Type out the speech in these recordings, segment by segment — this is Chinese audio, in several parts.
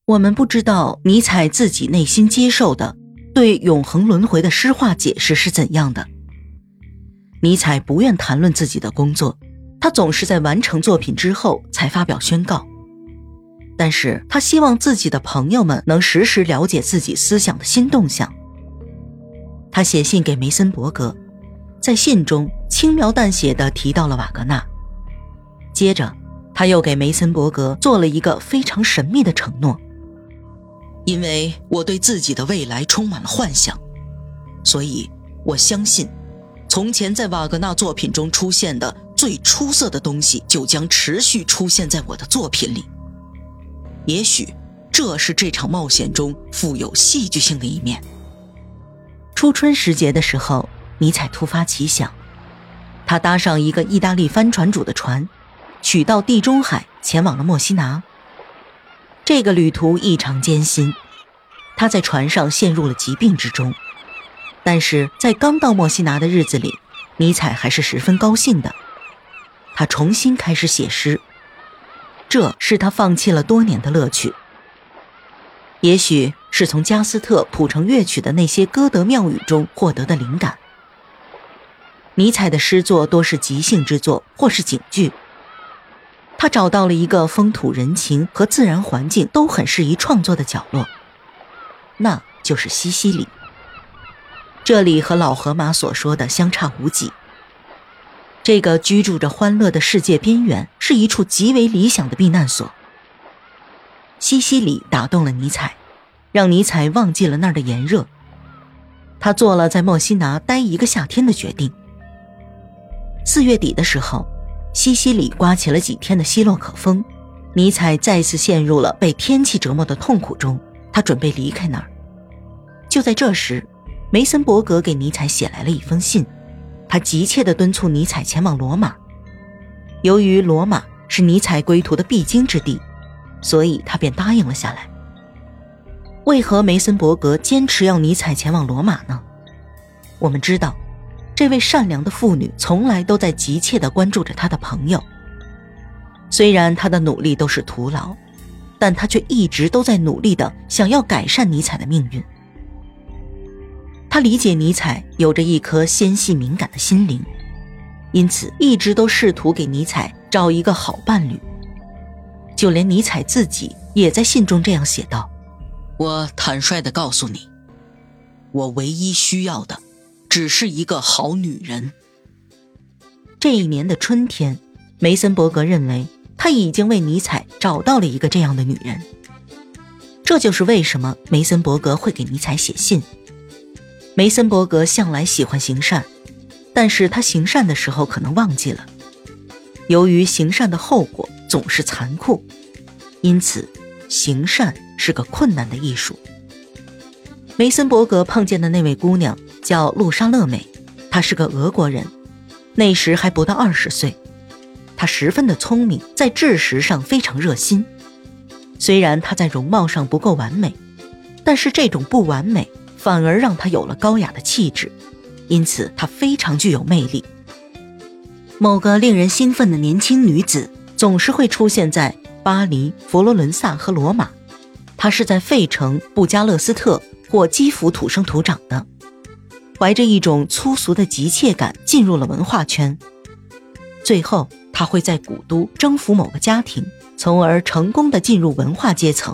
我们不知道尼采自己内心接受的对永恒轮回的诗化解释是怎样的。尼采不愿谈论自己的工作，他总是在完成作品之后才发表宣告。但是他希望自己的朋友们能时时了解自己思想的新动向。他写信给梅森伯格，在信中轻描淡写地提到了瓦格纳。接着他又给梅森伯格做了一个非常神秘的承诺：因为我对自己的未来充满了幻想，所以我相信从前在瓦格纳作品中出现的最出色的东西就将持续出现在我的作品里。也许这是这场冒险中富有戏剧性的一面。初春时节的时候，尼采突发奇想，他搭上一个意大利帆船主的船，取到地中海，前往了墨西拿。这个旅途异常艰辛，他在船上陷入了疾病之中。但是在刚到墨西拿的日子里，尼采还是十分高兴的。他重新开始写诗，这是他放弃了多年的乐趣。也许是从加斯特谱成乐曲的那些歌德妙语中获得的灵感。尼采的诗作多是即兴之作或是警句。他找到了一个风土人情和自然环境都很适宜创作的角落，那就是西西里。这里和老荷马所说的相差无几。这个居住着欢乐的世界边缘是一处极为理想的避难所。西西里打动了尼采，让尼采忘记了那儿的炎热。他做了在墨西拿待一个夏天的决定。4月底的时候，西西里刮起了几天的希洛可风，尼采再次陷入了被天气折磨的痛苦中，他准备离开那儿。就在这时，梅森伯格给尼采写来了一封信，他急切地敦促尼采前往罗马。由于罗马是尼采归途的必经之地，所以他便答应了下来。为何梅森伯格坚持要尼采前往罗马呢？我们知道，这位善良的妇女从来都在急切地关注着她的朋友。虽然她的努力都是徒劳，但她却一直都在努力地想要改善尼采的命运。她理解尼采有着一颗纤细敏感的心灵，因此一直都试图给尼采找一个好伴侣。就连尼采自己也在信中这样写道：我坦率地告诉你，我唯一需要的只是一个好女人。这一年的春天，梅森伯格认为他已经为尼采找到了一个这样的女人。这就是为什么梅森伯格会给尼采写信。梅森伯格向来喜欢行善，但是他行善的时候可能忘记了，由于行善的后果总是残酷，因此行善是个困难的艺术。梅森伯格碰见的那位姑娘叫露莎乐美，她是个俄国人，那时还不到20岁。她十分的聪明，在知识上非常热心。虽然她在容貌上不够完美，但是这种不完美反而让她有了高雅的气质，因此她非常具有魅力。某个令人兴奋的年轻女子总是会出现在巴黎、佛罗伦萨和罗马，她是在费城、布加勒斯特或基辅土生土长的，怀着一种粗俗的急切感进入了文化圈。最后她会在古都征服某个家庭，从而成功地进入文化阶层。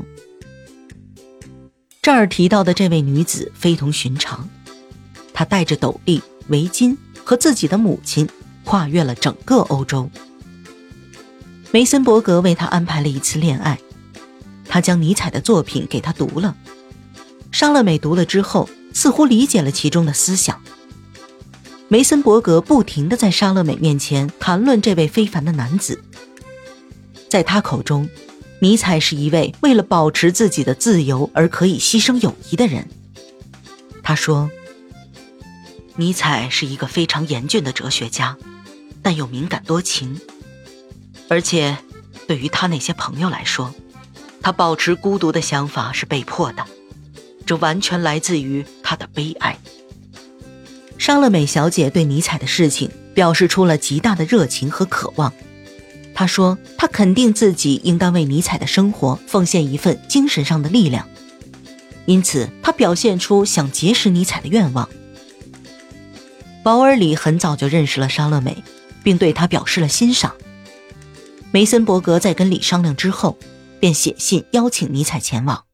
这儿提到的这位女子非同寻常，她戴着斗笠、围巾，和自己的母亲跨越了整个欧洲。梅森伯格为她安排了一次恋爱，他将尼采的作品给她读了。莎乐美读了之后，似乎理解了其中的思想。梅森伯格不停地在莎乐美面前谈论这位非凡的男子。在他口中，尼采是一位为了保持自己的自由而可以牺牲友谊的人。他说，尼采是一个非常严峻的哲学家，但又敏感多情。而且对于他那些朋友来说，他保持孤独的想法是被迫的，这完全来自于他的悲哀。莎乐美小姐对尼采的事情表示出了极大的热情和渴望， 他说他肯定自己应当为尼采的生活奉献一份精神上的力量，因此他表现出想结识尼采的愿望。保尔里很早就认识了莎乐美，并对她表示了欣赏。梅森伯格在跟李商量之后，便写信邀请尼采前往。